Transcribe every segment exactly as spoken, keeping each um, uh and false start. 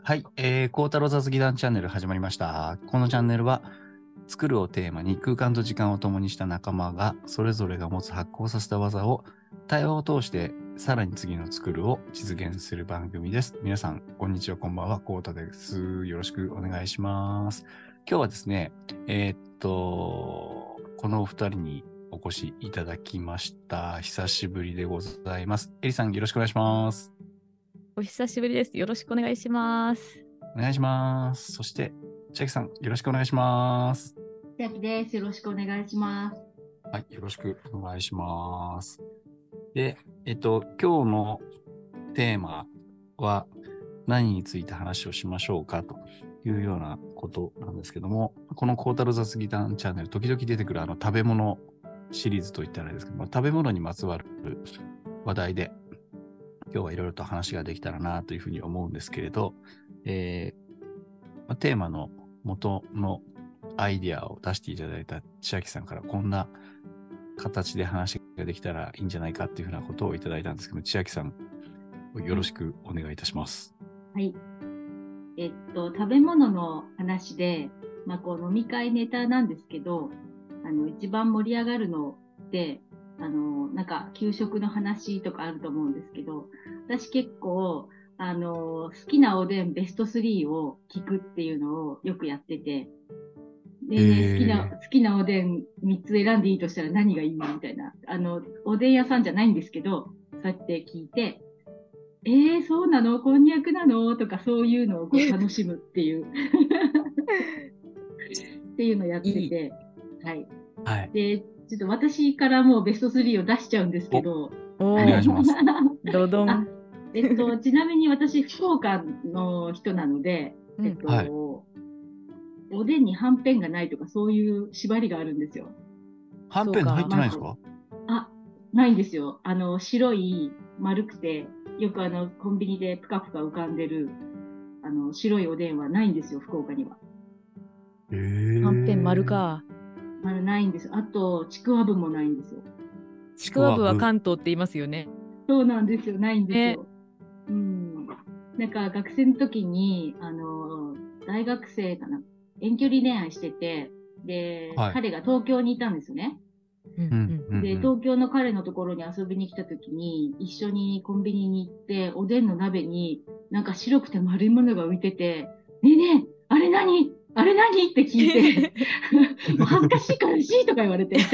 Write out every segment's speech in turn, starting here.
はい、えー、孝太郎雑技団チャンネル始まりました。このチャンネルは、作るをテーマに空間と時間を共にした仲間が、それぞれが持つ発酵させた技を対話を通して、さらに次の作るを実現する番組です。皆さん、こんにちは、こんばんは、孝太です。よろしくお願いします。今日はですね、えー、っと、このお二人にお越しいただきました。久しぶりでございます。エリさん、よろしくお願いします。 お久しぶりです。よろしくお願いします。 お願いします。そして、千秋さん、よろしくお願いします。 千秋です。よろしくお願いします。 はい、よろしくお願いします。で、えっと、今日のテーマは何について話をしましょうかというようなことなんですけども、この孝太郎雑技団チャンネル、時々出てくるあの食べ物シリーズといったらあれですけども、食べ物にまつわる話題で、今日はいろいろと話ができたらなというふうに思うんですけれど、えー、テーマの元のアイディアを出していただいた千秋さんからこんな形で話ができたらいいんじゃないかっていうふうなことをいただいたんですけど、千秋さん、よろしくお願いいたします。 はい。えっと、食べ物の話で、まあ、こう飲み会ネタなんですけど、あの、一番盛り上がるのって、あの、なんか、給食の話とかあると思うんですけど、私結構、あの、好きなおでんベストスリーを聞くっていうのをよくやってて、でね、好きな、好きなおでんみっつ選んでいいとしたら何がいいみたいな。あの、おでん屋さんじゃないんですけど、そうやって聞いて、えー、そうなのこんにゃくなのとかそういうのをこう楽しむっていうっていうのをやってて、いいはい。 はい。 で、ちょっと私からもうベストスリーを出しちゃうんですけど、 お願いします。 どどん。 あえっと、ちなみに私、福岡の人なので、えっと、はい、おでんにはんぺんがないとかそういう縛りがあるんですよ。 はんぺん入ってないですか？ あ、ないんですよ。あの、白い、丸くて、よくあの、コンビニでぷかぷか浮かんでる、あの、白いおでんはないんですよ、福岡には。 へー。 はんぺん丸か。 丸ないんです。あと、ちくわぶもないんですよ。 ちくわぶは関東って言いますよね。 そうなんですよ、ないんですよ。うん。なんか、学生の時に、あの、大学生かな、遠距離恋愛してて、で、はい、彼が東京にいたんですよね。で、東京の彼のところに遊びに来た時に、一緒にコンビニに行って、おでんの鍋になんか白くて丸いものが浮いてて、ねえねえ、あれ何あれ何って聞いて、もう恥ずかしいからしいとか言われて。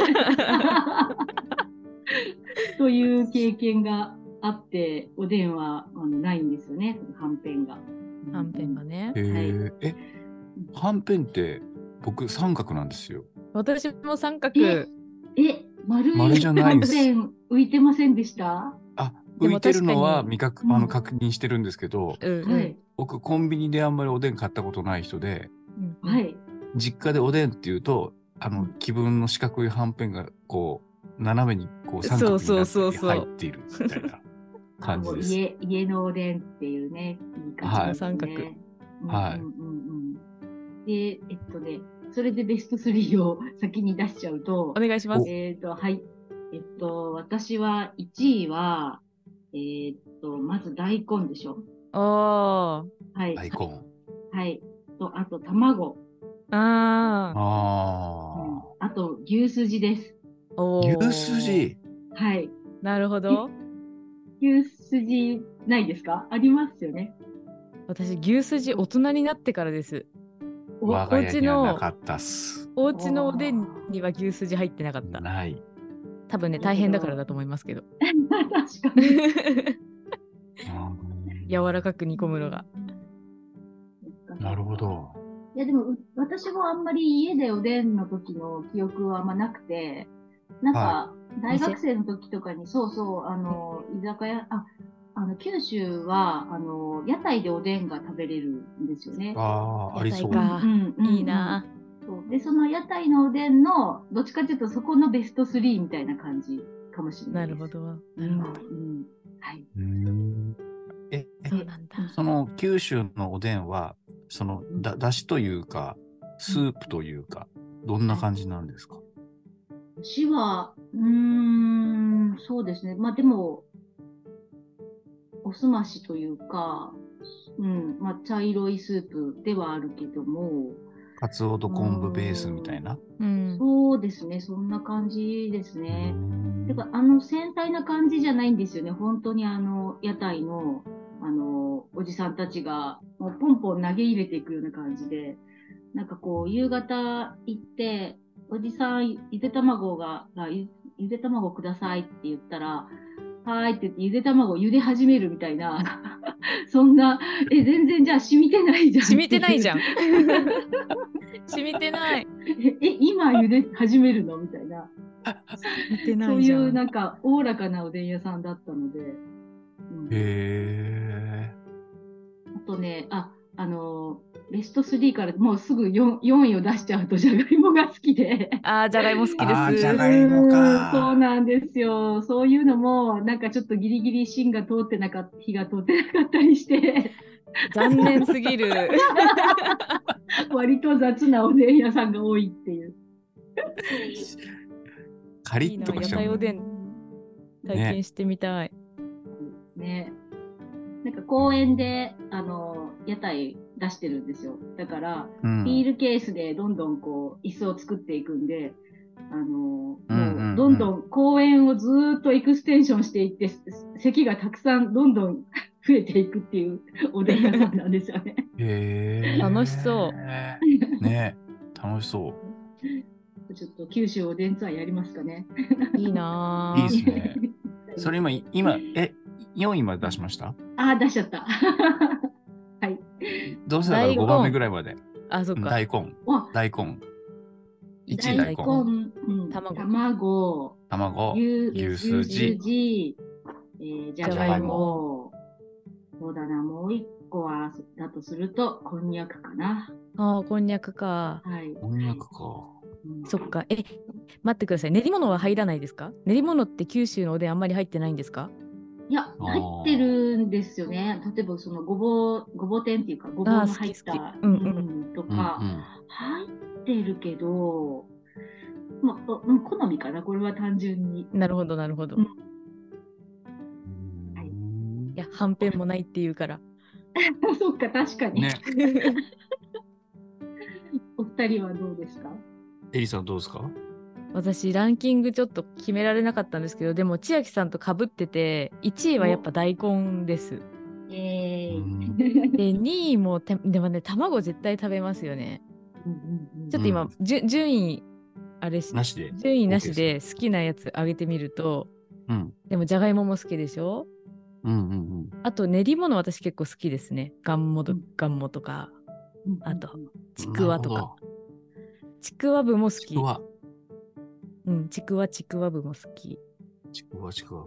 という経験があって、おでんはあのないんですよね、はんぺんが。 はんぺんがね。 へー、はい、え、はんぺんって僕三角なんですよ。 私も三角。 え、え丸い丸じゃないんです。 はんぺん浮いてませんでした？ あ、浮いてるのは味覚、あの確認してるんですけど、 うんはい、 僕コンビニであんまりおでん買ったことない人で、 うんはい、 実家でおでんっていうと、あの、気分の四角いはんぺんがこう斜めにこう三角になって入っているみたいな感じです。 家, 家のおでんっていうね、いい感じですね。 三角。 はい。 で、えっとね、それでベストスリーを先に出しちゃうと、 お願いします。 えっと、はい。えっと、私はいちいは、えっと、まず大根でしょ。 ああ。はい。 大根。 はい。と、あと卵。 ああ。 ああ、 うん。あと、牛すじです。 牛すじ。 はい。 なるほど。 牛すじないですか？ありますよね。 私、牛すじ大人になってからです。 我が家にはなかったっす。 お家のおでんには牛すじ入ってなかった。 ない。 多分ね、大変だからだと思いますけど。 確かに。 柔らかく煮込むのが。 なるほど。 いや、でも、私もあんまり家でおでんの時の記憶はあんまなくて、なんか、大学生の時とかに、そうそう、あの、居酒屋、あ、あの、九州は、あの、屋台でおでんが食べれるんですよね。 ああ、ありそう。 か。うんうん、いいな。 そうで、その屋台のおでんの、どっちかというとそこのベストスリーみたいな感じかもしれないです。 なるほど。なるほど。うんはい。 え、 そうなんだ。 その九州のおでんは、そのだ、だしというか、スープというか、どんな感じなんですか？ だしは、うーん、そうですね。まあでも、おすましというか、 うん、まあ、茶色いスープではあるけども、 カツオと昆布ベースみたいな。 うん。 そうですね、そんな感じですうーね。てんか、あの、繊細な感じじゃないんですよね。本当にあの、屋台の、あの、おじさんたちが、もうポンポン投げ入れていくような感じで、なんかこう、夕方行って、おじさん、ゆで卵が、がゆゆで卵くださいって言ったら、はーいって言って、ゆで卵を茹で始めるみたいな、そんな、え、全然じゃあ染みてないじゃんっていう。 染みてないじゃん。染みてない。 え、今茹で始めるのみたいな。 染みてなそういいじゃん。 うなんか、おおらかなおでん屋さんだったので。うん、 へあとね、あ、あの、ベストスリーからもうすぐ よん, よんいを出しちゃうと、じゃがいもが好きで。 あー、じゃがいも好ー。 きでああ、じゃす。 がいもうん、そうか。 なんですよ。そういうのも、なんかちょっとギリギリ芯が通ってなかった、火が通ってなかったりして、 残念すぎる。 割と雑なおでん屋さんが多いっていう。 カリッいいな、屋とかしちゃうんだ。 台おでん体ね。 験してみたい。 ね。なんか公園で、あの、屋台出してるんですよ。だから、 うんビールケースでどんどんこう、椅子を作っていくんで、あの、もうんうんう、 うんどんどん公園をずーっとエクステンションしていって、席がたくさんどんどん増えていくっていうおでん屋さんなんですよね。 へえ。 楽しそね。楽しそちょっと九州おでんツアーやりますかね。 いいう。いいなですね。それ今、今、え、よんいまで出しました？ ああ、出しちゃった。はい。 どうせだから大根ごばんめぐらいまで。 あ、そっか。 大根。 わ、 大根。いちい大根、 大根。 うん、 卵、 卵、 卵。 牛、 牛牛すじ。 筋、えー、じゃがいじゃがいも。 も。そうだな、もう一個は、だとすると、こんにゃくかな。 ああ、こんにゃくか。 はい。 こんにゃくか。 うん、 そっか。え、待ってください。練り物は入らないですか？練り物って九州のおでんあんまり入ってないんですか？ いや、 あ入ってーるんですよね。例えば、そのごぼう、ごぼう天っていうか、ごぼああ、 うの好き好き。 入った、 うんうん。 うん、とうんか、入ってるけど、まあ、おうん好みかな、これは単純に。 なるほど、なるほど。 うん、 いはい。 うん。 や、はんぺんもないっていうから。 そっか、確かに。 ね。 お二人はどうですか？ エリさんどうですか？ 私、ランキングちょっと決められなかったんですけど、でも千秋さんとかぶってて、いちいはやっぱ大根です。 えーうんで、にいもて、でもね、卵絶対食べますよね。 うんうんうんちょっと今、 うんじゅ順位、あれし、 なしで。 順位なし OK で好きなやつ上げてみると、 うん。 でもじゃがいもも好きでしょ？ うんうんあと練り物私結構好きですね。がんもと、 うんがんもとか、 うんあとちうん。 くわとか。 なるほど。 ちくわぶも好き。 ちくわ。 うん、ちくわちくわぶも好き。 ちくわちくわ。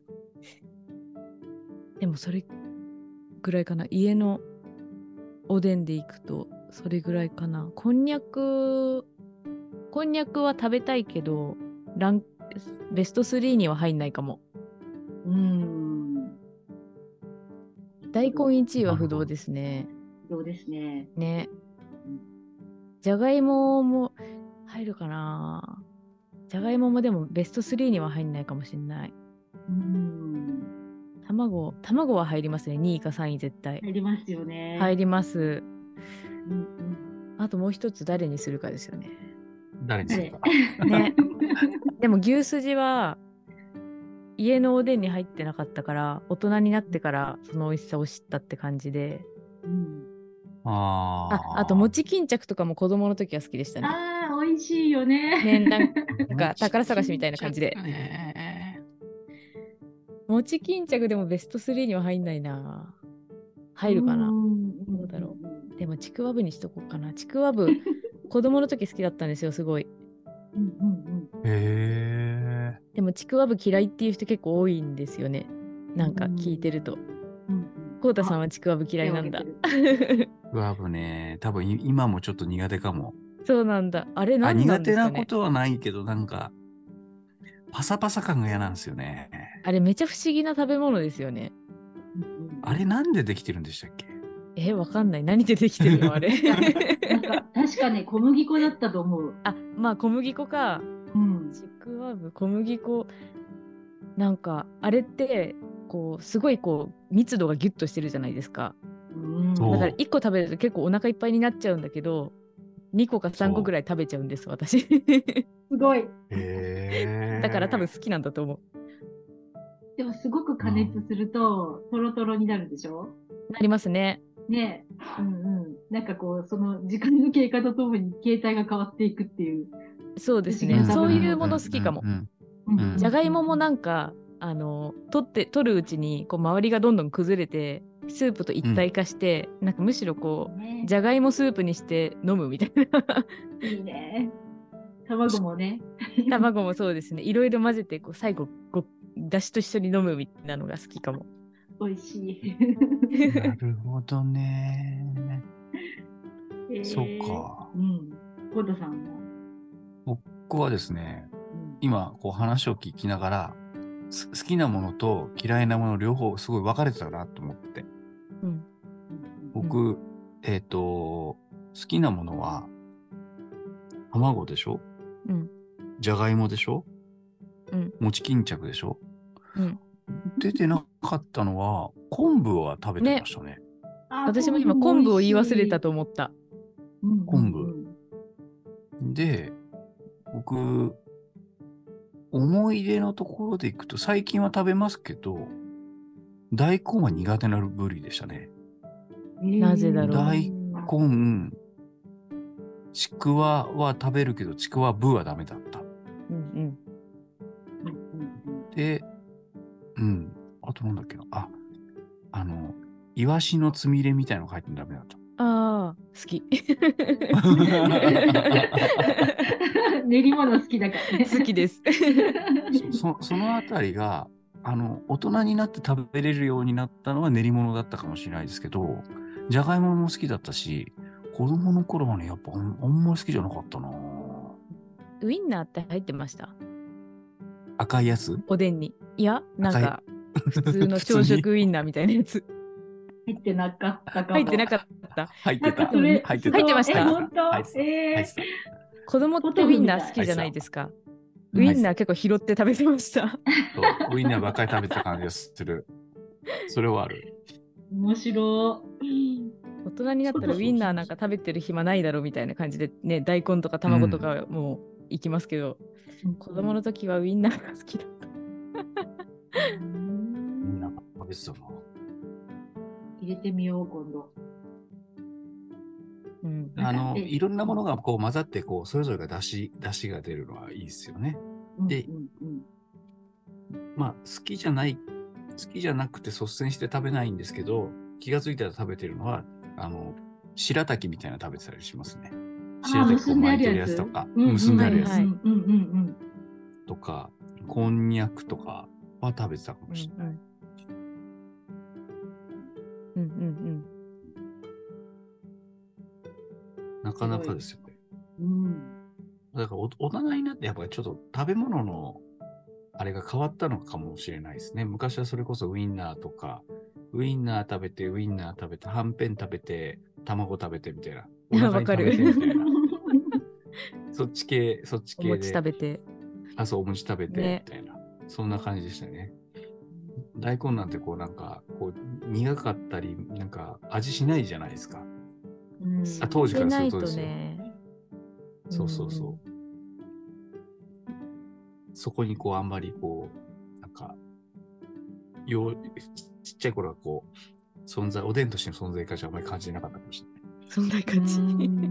でもそれぐらいかな。家のおでんでいくとそれぐらいかな。こんにゃく、こんにゃくは食べたいけど、ランベストスリーには入んないかも。 うん。 大根いちいは不動ですね。 どうですね。 ね。 うんじゃがいもも入るかな。じゃがいももでもベストスリーには入んないかもしれない。 うん卵、卵は入りますね。にいかさんい絶対。 入りますよね。 入ります。 うんうんあともう一つ誰にするかですよね。 誰にするか。 ね。でも牛すじは家のおでんに入ってなかったから、大人になってからその美味しさを知ったって感じで。 うんああ、あと餅巾着とかも子供の時は好きでしたね。 ああ、美味しいよね。 ね、なんあ。 か宝探しみたいな感じで。 ね餅巾着でもベストスリーには入んないな。入るかな。 うんどうだろう。 でもちくわぶにしとこうかな。ちくわぶ、子供の時好きだったんですよ、すごい。 うんうんうんへえ。 でもちくわぶ嫌いっていう人結構多いんですよね。なんか聞いてると。 うんうんこうたさんはちくわぶ嫌いなんだ。 うわぶね、多分い今もちょっと苦手かも。 そうなんだ。あれあ、 何な苦手んですかね。 なことはないけど、なんか、パサパサ感が嫌なんですよね。 あれめちゃ不思議な食べ物ですよね。 あれなんでできてるんでしたっけ？ え、わかんない。何でできてるのあれ。 なんか確かね、小麦粉だったと思う。 あ、まあ小麦粉か。 うんちくわぶ、小麦粉。なんか、あれって、こう、すごいこう、密度がギュッとしてるじゃないですか。 うんそうだからいっこ食べると結構お腹いっぱいになっちゃうんだけど、にこかさんこぐらい食べちゃうんです、私。 すごい。 へーだから多分好きなんだと思う。 でもすごく加熱すると、トロトロになるでしょ？ なりますね。 ねえ。うんうん。なんかこう、その時間の経過とともに形態が変わっていくっていう。 そうですね。 不思議なそう食べ物いうもの好きかも。 うんうんじゃがいももななんか、あの、取って、取るうちに、こう、周りがどんどん崩れて、スープと一体化して、なんかむしろこう、 ねじゃがいもスープにして飲むみたいな。 いいね。卵もね。 卵もそうですね。いろいろ混ぜて、こう、最後、こう、だしと一緒に飲むみたいなのが好きかも。 美味しい。 なるほどね。 えーそうか。 うん。コートさんも。 僕はですね、 うん今こう話を聞きながら、す好きなものと嫌いなもの両方すごい分かれてたなと思って。 うん。 僕、えっ、と、好きなものは、卵でしょ？ うん。 じゃがいもでしょ？ うん。 餅巾着でしょ？ うん。 出てなかったのは、昆布は食べてましたね。 あ私も今、昆布を言い忘れた。と思った。 昆布うんで、僕、思い出のところでいくと、最近は食べますけど、大根は苦手な部類でしたね。 うんなぜだろう大根、ちくわは食べるけど、ちくわぶはダメだった。 うんうん。 うんうんで、うん。あとなんだっけな。あ、あの、イワシのつみれみたいなのが入ってもダメだった。 ああ、好き。 練り物好きだからね。 好きです。 そそそのあたりが、あの、大人になって食べれるようになったのは練り物だったかもしれないですけど、じゃがいもも好きだったし、子供の頃はね、やっぱあんあんまり好きじゃなかったな。 ウインナーって入ってました？ 赤いやつ？ おでんに。いや、なん赤いか、普通の朝食ウインナーみたいなやつ。 入ってなかったかも。 入ってなかった。 入ってた。 なんかそれ、 入ってた。 入ってましたえ、本当？ 入ってた。 えー入ってた。 子供ってウインナー好きじゃないですか。ウインナー結構拾って食べてました。 そうウインナーばっかり食べてた感じがする。それはある。 面白い。 大人になったらウインナーなんか食べてる暇ないだろうみたいな感じでね、大根とか卵とかもう行きますけど、子供の時はウインナーが好きだった。 みんな食べてたな。 入れてみよう、今度。 うん、 あの、 えいろんなものがこう混ざって、こう、それぞれが出汁、出汁が出るのはいいですよね。でうんうんまあ、好きじゃない、好きじゃなくて率先して食べないんですけど、気がついたら食べてるのは、あの、白滝みたいなの食べてたりしますね。白滝こう巻いてるやつとか、結んであるやつはいはいうんうんうんとか、こんにゃくとかは食べてたかもしれない。 うんうんうんなかなかですよね。 うん。うん。 だからお大人になってやっぱりちょっと食べ物のあれが変わったのかもしれないですね。昔はそれこそウインナーとか、ウインナー食べて、ウインナー食べて、はんぺん食べて、卵食べてみたいな。お腹に食べてみたいな。そっち系、そっちお系で。 餅食べて。 あ、そう、お餅食べて、 ねみたいな。そんな感じでしたね。大根なんてこうなんか、こう苦かったり、なんか味しないじゃないですか。 うんあ当時からするとでですよ。 ないとね。 そうそうそう。そこにこうあんまりこう、なんか、よちっちゃい頃はこう、存在、おでんとしての存在価値はあんまり感じなかったかもしれない。 そんな感じ。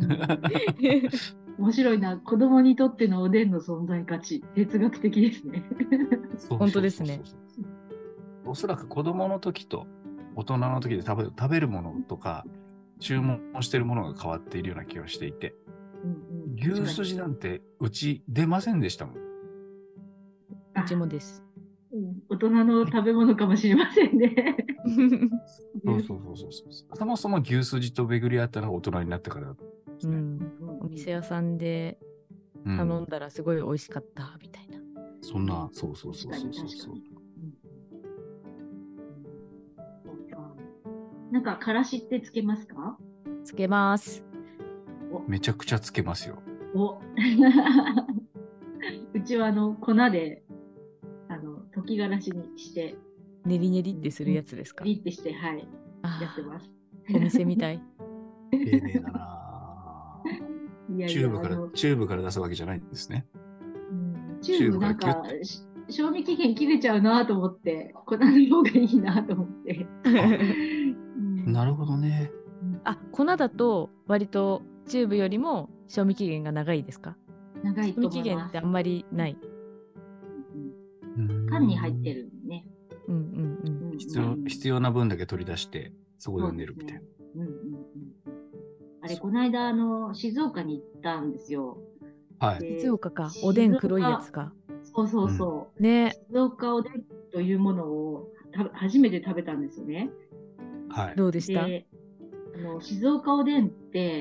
面白いな。子供にとってのおでんの存在価値。哲学的ですね。 本当ですね。 そうそうそうそうおそらく子供の時と大人の時で食べる、食べるものとか、注文してるものが変わっているような気がしていて、 うんうん、 牛すじなんてうち出ませんでしたもん。 うちもです。 うん大人の食べ物かもしれませんね。 そうそうそうそうそう。そもそも牛すじと巡り合ったのが大人になってからですね。 うん、お店屋さんでうん頼んだらすごい美味しかったみたいな。 そんな、そうそうそうそうそうそう。 なんか、からしってつけますか？ つけます。 めちゃくちゃつけますよ。 おうちはあの粉であの溶きがらしにして練り練りってするやつですか？ リッてしてはいあやってます。 お店みたい。 丁寧だなぁ。 いやいチューブから、 やあのチューブから出すわけじゃないんですね。 うんチューブなんチューブか、し賞味期限切れちゃうなと思って、粉の方がいいなと思って。うんなるほどね。 あ、粉だと割とチューブよりも賞味期限が長いですか？ 長いと賞味期思います限ってあんまりない。 うん缶に入ってるんね。 うんうんうん。 うんうん必要、必要な分だけ取り出して、そこでそう寝るみたいな。 ですね。うんうんうん。あれ、この間、あの、静岡に行ったんですよ。 はい。 で静岡か。おでん黒いやつ静か。 岡そうそうそう。 ね。 静岡おでんというものをた初めて食べたんですよね。 はい。 どうでした？ で、あの静岡おでんって、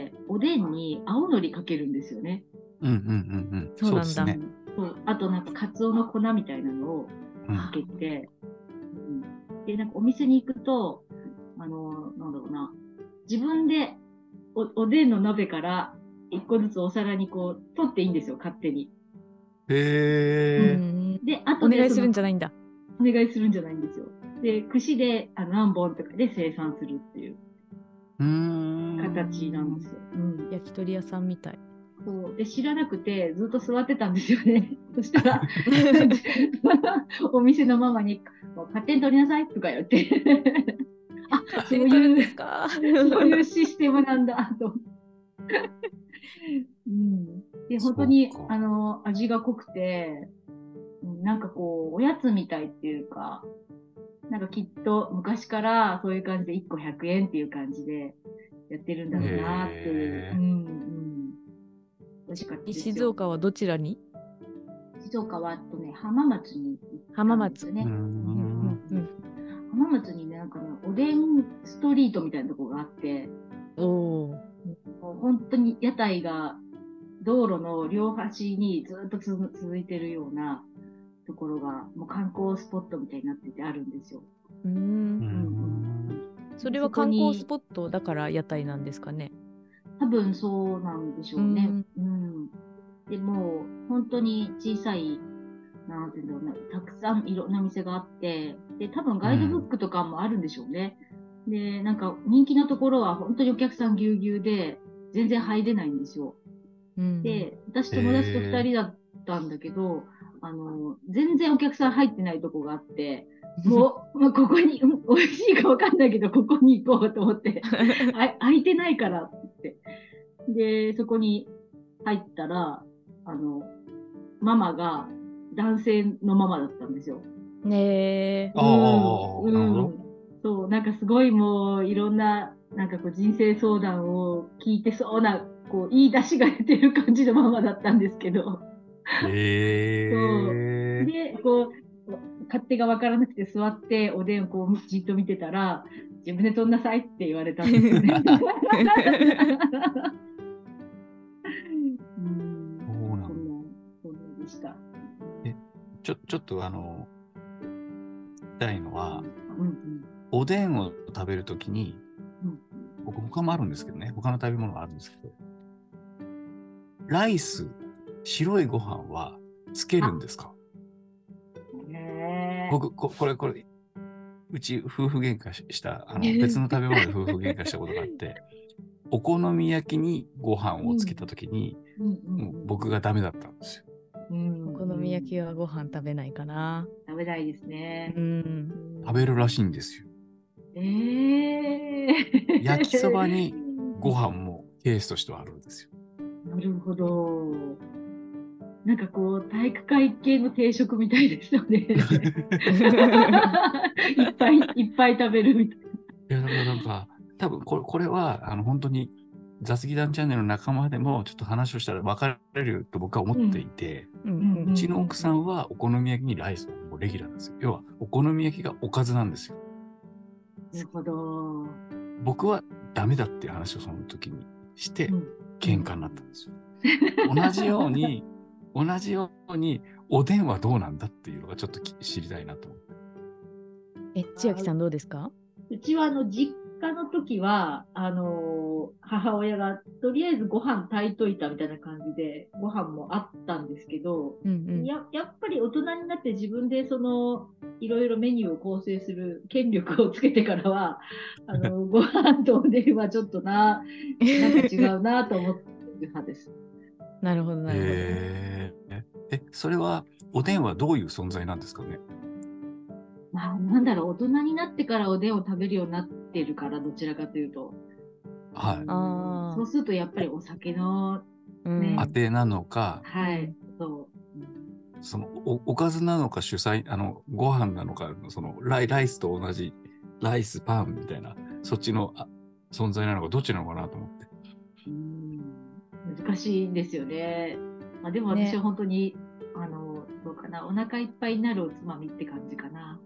おでんに青のりかけるんですよね。 うんうんうんうん。 そうなんだですね。 そうあと、なんか、かつおの粉みたいなのをうんかけて、うんで、なんかお店に行くと、あの、なんだろうな、自分でおおでんの鍋から一個ずつお皿にこう取っていいんですよ、勝手に。 うへー。 ん。 で、後でお願いするんじゃないないんだ。 お願いするんじゃないんですよ。で、串であの何本とかで生産するっていううーん。 形なんですよ。うん、 焼き鳥屋さんみたい。 そうで知らなくてずっと座ってたんですよね。そしたらお店のママに「勝手に取りなさい」とか言ってあ勝そう手に取るんいうですか？ そういうシステムなんだと。うん、で本当にそうかあの味が濃くて、うんなんかこうおやつみたいっていうか、なんかきっと昔からそういう感じでいっこひゃくえんっていう感じでやってるんだろうなっていう。 へーうんうん。美味しかったですよ。 静岡はどちらに？ 静岡はあとね、浜松に行った浜松。 んですよね。 うーん。 うん浜松にね、なんかね、おでんストリートみたいなとこがあって、 うん。おお。 もう本当に屋台が道路の両端にずっとつ続いてるようなところが、もう観光スポットみたいになっててあるんですよ。 うー。 うんん。 それは観光スポットだから屋台なんですかね。 多分そうなんでしょうね。 うんうん。でも、本当に小さい、なんていうんだろうな、たくさんいろんな店があって、で、多分ガイドブックとかもあるんでしょうね。で、なんか人気のところは本当にお客さんぎゅうぎゅうで、全然入れないんですよ。 うん。 で、私友達と二人だったんだけど、あの、全然お客さん入ってないとこがあって、もう、もうここに、うん美味しいかわかんないけど、ここに行こうと思って、あ空いてないからって言って。で、そこに入ったら、あの、ママが男性のママだったんですよ。 ねえ。 ああ、 うんなるほど。 うんそう、なんかすごいもういろんな、なんかこう人生相談を聞いてそうな、こう、いい出汁が出てる感じのママだったんですけど。 へそう。 ー。 で、こう、勝手が分からなくて座っておでんをこうじっと見てたら、自分で取んなさいって言われたんですよね。うんそうなんだ。 そんな、そんなでした。 ちょ、ちょっとあの、聞きたいのは、 うんうんおでんを食べるときに、 うん僕他もあるんですけどね、他の食べ物があるんですけど、ライス、白いご飯はつけるんですか？ へー僕、ここれ、これ、うち夫婦喧嘩しした、あの、別の食べ物で夫婦喧嘩したことがあって、お好み焼きにご飯をつけたときに、 うんうんもう僕がダメだったんですよ。 うんお好み焼きはご飯食べないかな。 食べないですねう。ん。 食べるらしいんですよ。 えー、 焼きそばにご飯もケースとしてはあるんですよ。 なるほど。なんかこう、体育会系の定食みたいですよね。いっぱいいっぱい食べるみたいな。 いや、だからなんか、多分これ、これは、あの、本当に雑技団チャンネルの仲間でもちょっと話をしたら分かれると僕は思っていて、 ううんうちの奥さんはお好み焼きにライスのもうレギュラーなんですよ。要は、お好み焼きがおかずなんですよ。 なるほど。 僕はダメだっていう話をその時にしてう、ん喧嘩になったんですよ。同じように、同じように、おでんはどうなんだっていうのがちょっとき知りたいなと思って。 え、千秋さんどうですか？ うちはあの実家の時は、あのー母親がとりあえずご飯炊いといたみたいな感じで、ご飯もあったんですけど、 うんうん。 や、やっぱり大人になって自分でその、いろいろメニューを構成する権力をつけてからは、あの、ご飯とおでんはちょっとな、なんか違うなと思ってる派です。 なるほど、なるほど。 へえ。え、それは、おでんはどういう存在なんですかね。 まあ、なんだろう、大人になってからおでんを食べるようになってるから、どちらかというと。 はい。 ああ。 そうすると、やっぱりお酒の、 うん。 ね当てなのか、 はい、 うんそう。 そのお、おかずなのか主菜、あの、ご飯なのか、そのライ、ライスと同じ、ライス、パンみたいな、そっちのあ存在なのか、どっちなのかなと思って。 うん難しいんですよね。まあ、でも私ね。 は本当に、あの、どうかな、お腹いっぱいになるおつまみって感じかな。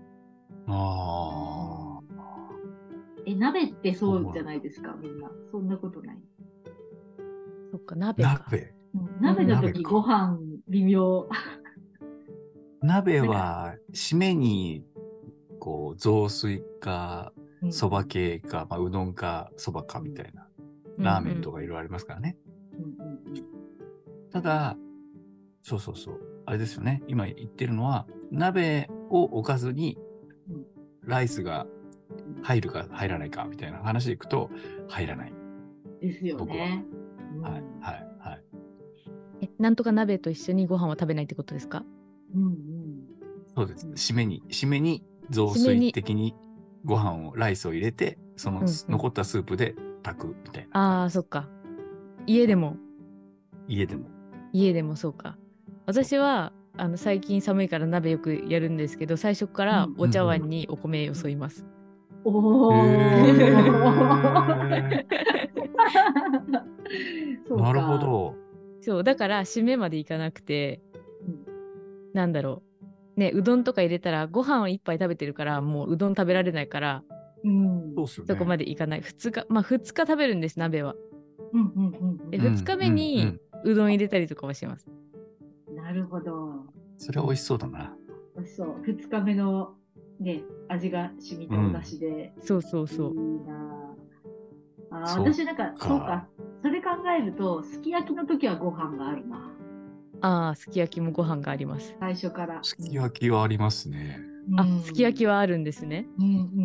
ああ、 え、鍋ってそうじゃそうなんだ。 ないですか、みんな。そんなことない。 そっか、鍋か。 鍋。 うんうん。 鍋の時ご鍋か。 飯微妙。 鍋なんか、 は、締めに、こう、雑炊か、 うんそば系か、まあ、うどんか、そばかみたいな、 うんラーメンうん。 とかいろいろありますからね。 うんうんただ、そうそうそう。あれですよね。今言ってるのは、鍋を置かずに、 うんうんライスがうん入るか入らないかみたいな話でいくと、入らない。 ですよ僕は。 ね。うんはい、はい、はい。 え、なんとか鍋と一緒にご飯は食べないってことですか？ うんうんそうです。 うん締めに、締めに雑炊締めに。 的にご飯を、ライスを入れて、そのうんうん。 残ったスープで炊くみたいなああ、 感じです。 そっか。家でも、 家でも。 家でもそうか。 そう。 私は、あの、最近寒いから鍋よくやるんですけど、最初からうんお茶うんうん。 碗にお米よそいます。 へおー。 え。 そうなるほか。 ど。 そう、だから締めまでいかなくて、 うんなんだろう。ね、うどんとか入れたらご飯を一杯食べてるから、もううどん食べられないから、 うんそうっすよそこまね。 でいかない。ふつか、まあふつか食べるんです、鍋は。 うんうんうんで、 うふつかめんうんうにん。 うどん入れたりとかはします。 うん。なるほど。 それは美味しそうだな。 美味しそう。二日目のね、味が染みたお出うん。 汁で、 そうそういいそう。 なあ。あー、 そっ私なんか、そうか。 か。それ考えると、すき焼きの時はご飯があるな。 ああ、すき焼きもご飯があります。 最初から。 すきうん。 焼きはありますね。 うあ、すき焼きん。 はあるんですね。 うんうん。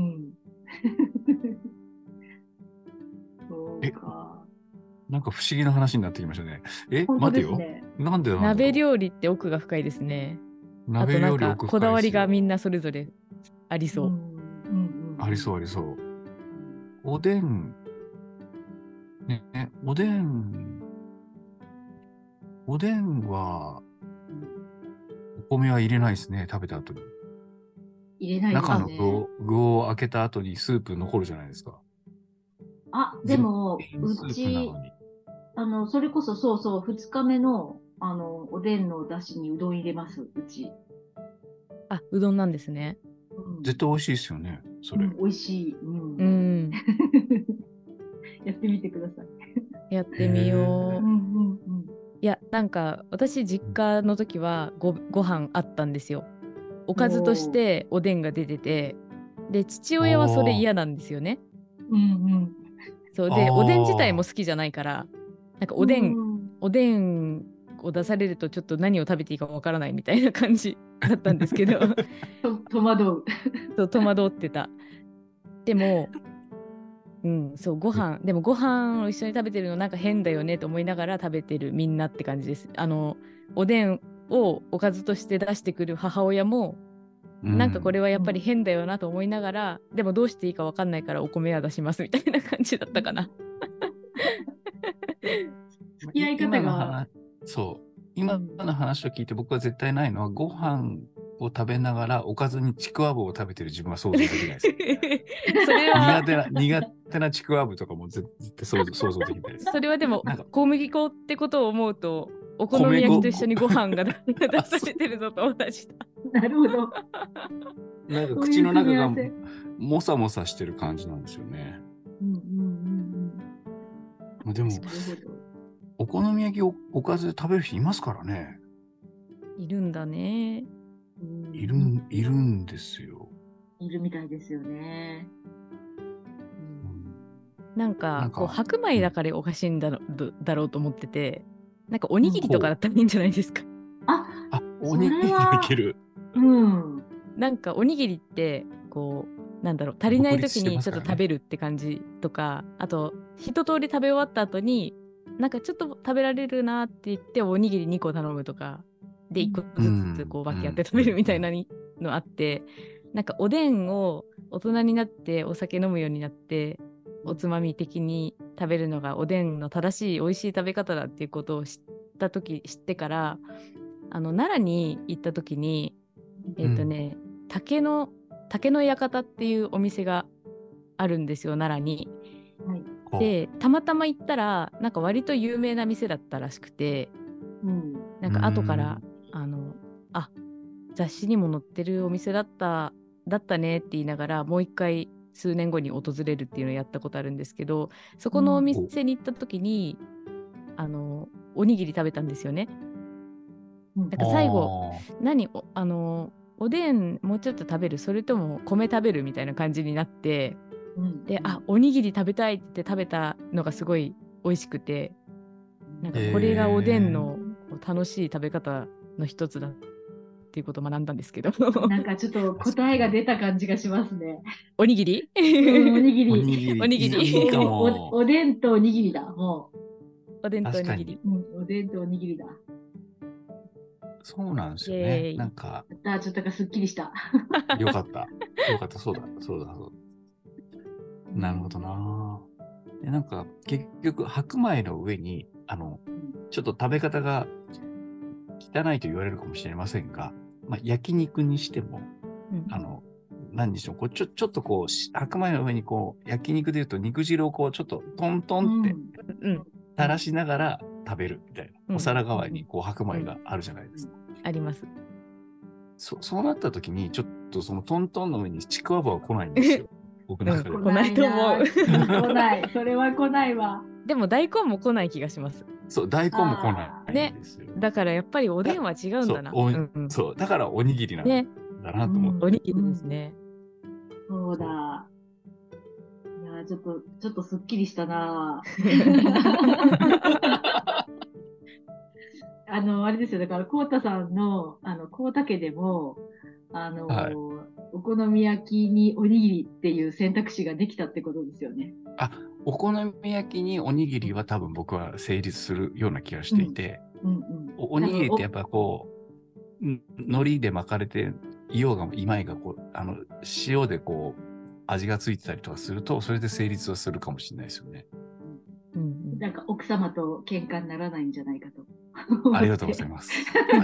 そうえ、 か。 なんか不思議な話になってきましたね。え、 本当待てよ。 ですね。 なんでなんだろ鍋料理って奥が深いですね。 う。 あとなん鍋料理奥かこだわ深いですよ。 りがみんなそれぞれありそう。 うんうんありそうありそう。おでん、ね、おでん、おでんは、お米は入れないですね。食べた後に。 入れないで中のすね。 具を、具を開けた後にスープ残るじゃないですか。 あ、で絶も、う品スープなち、 のに。 あの、それこそそうそう、二日目の、あの、おでんの出汁にうどん入れます、うち。 あ、うどんなんですね。 うん。 絶対美味しいですよね。それ。 うん、美味しい。う。 うんん。 やってみてください。 やってみへえ。 よう。 うんうんうん。 いや、なんか私実家の時はご、ご飯あったんですよ。おかずとしおー。 ておでんが出てて、で、父親はそれああ、 嫌なんですよね。 うんうん。 そうで、おでん自体もあ好きじゃないから、なんかうおでん、 ん。 おでんを出されるとちょっと何を食べていいかわからないみたいな感じだったんですけど、 と、戸惑う。 そう戸惑ってた。でも、うん、そう、ご飯、でもご飯を一緒に食べてるのなんか変だよねと思いながら食べてるみんなって感じです。あの、おでんをおかずとして出してくる母親も、 うなんかこれん。 はやっぱりうん。 変だよなと思いながら、でもどうしていいかわかんないからお米は出しますみたいな感じだったかな。 付き合い方今のが、 話、そう。 う今ん。 の話を聞いて僕は絶対ないのは、ご飯を食べながらおかずにちくわぶを食べてる自分は想像できないです。 それは、 苦手な、苦手なちくわぶとかも絶対想像想像できないです。 それはでもなんか、 小麦粉ってことを思うと、お好み米粉、 焼きと一緒にご飯が出出あ、 さそれてるのと同じだ。 なるほど。 なんかそういう組口の中がみ合わせ。 もさもさしてる感じなんですよね。 うんうんうんまあでもうん。、なるほど。 お好み焼きをおかずで食べる人いますからね。 いるんだね。 うんいるん、いるんですよ。 いるみたいですよね。うなんかなんかこう白米だからおかしいんだろ,、だろうと思ってて、なんかおにぎりとかだったらいいんじゃないですか。 あ、 あ、おにぎりいける。 うん。 なんかおにぎりってこうなんだろう、足りない時にちょっと食べるって感じとか、あと一通り食べ終わった後になんかちょっと食べられるなって言っておにぎりにこ頼むとかでいっこずつこう分け合って食べるみたいなのあって、なんかおでんを大人になってお酒飲むようになっておつまみ的に食べるのがおでんの正しい美味しい食べ方だっていうことを知った時知ってから、あの奈良に行った時にえっ、ー、とね、うん、竹の竹の館っていうお店があるんですよ、奈良に。はい、でたまたま行ったらなんか割と有名な店だったらしくて、うん、なんか後からあのあ雑誌にも載ってるお店だっただったねって言いながらもう一回数年後に訪れるっていうのをやったことあるんですけど、そこのお店に行った時に、うん、あのおにぎり食べたんですよね。なんか最後何おあのおでんもうちょっと食べる、それとも米食べるみたいな感じになって、うん、であおにぎり食べたいって言って食べたのがすごい美味しくて、なんかこれがおでんの楽しい食べ方の一つだっていうことを学んだんですけどなんかちょっと答えが出た感じがしますね。 おにぎり、 うん、おにぎりおにぎりおにぎりいいかも。 お、おでんとおにぎりだ。もうおでんとおにぎり、 うん、おでんとおにぎりだ。 そうなんですよね。なんかあ、ちょっとかすっきりした。 よかった。よかった。そうだ。そうだ。そうだ。なるほどな。でなんか結局白米の上にあのちょっと食べ方が汚いと言われるかもしれませんが、まあ、焼肉にしても、うん、あの何でしょう、こうちょちょっとこう白米の上にこう焼肉でいうと肉汁をこうちょっとトントンって垂らしながら食べるみたいな、うん、お皿代わりにこう白米があるじゃないですか。 うんうん、あります。 そ, そうなった時にちょっとそのトントンの上にちくわぶは来ないんですよ。僕の中で、 うん、来ないと思う。 来ない。それは来ないわ。 でも大根も来ない気がします。 そう、大根も来ないんですよ。 ね、だからやっぱりおでんは違うんだな。 そう、うんうん、そうだからおにぎりなんだ、ね、だなと思って、 うん。おにぎりですね。 うん、そうだ。いやちょっとちょっとすっきりしたな。あのあれですよ、だからこうたさんのあのこうた家でもあの、はい、お好み焼きにおにぎりっていう選択肢ができたってことですよね。 あ、お好み焼きにおにぎりは多分僕は成立するような気がしていて、うんうんうん、お, おにぎりってやっぱこう海苔で巻かれていようがいまいがこうあの塩でこう味がついてたりとかするとそれで成立はするかもしれないですよね。 うんうん、なんか奥様と喧嘩にならないんじゃないかと。 ありがとうございます。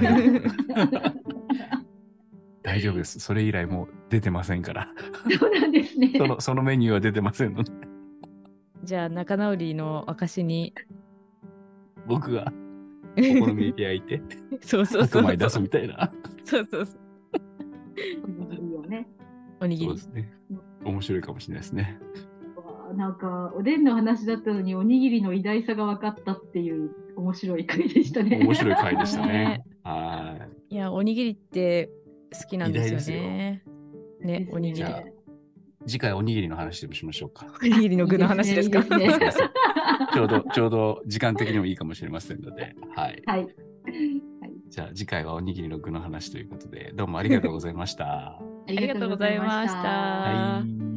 大丈夫です。それ以来もう出てませんから。 そうなんですね。 その、そのメニューは出てませんので。 じゃあ仲直りの証に僕がお好み焼き焼いてそうそうそう白米出すみたいな。 そうそうそう。 おにぎりをね。 おにぎり。 そうですね。面白いかもしれないですね。 なんかおでんの話だったのにおにぎりの偉大さが分かったっていう面白い回でしたね。 面白い回でしたね。はい。 いやおにぎりって好きなんですよね。よね、おにぎり。 次回おにぎりの話でもしましょうか。 おにぎりの具の話ですか。 いいですね、いいですね。 ちょうどちょうど時間的にもいいかもしれませんので、はい。 はい。 じゃあ次回はおにぎりの具の話ということで、どうもありがとうございました。 ありがとうございました。 はい。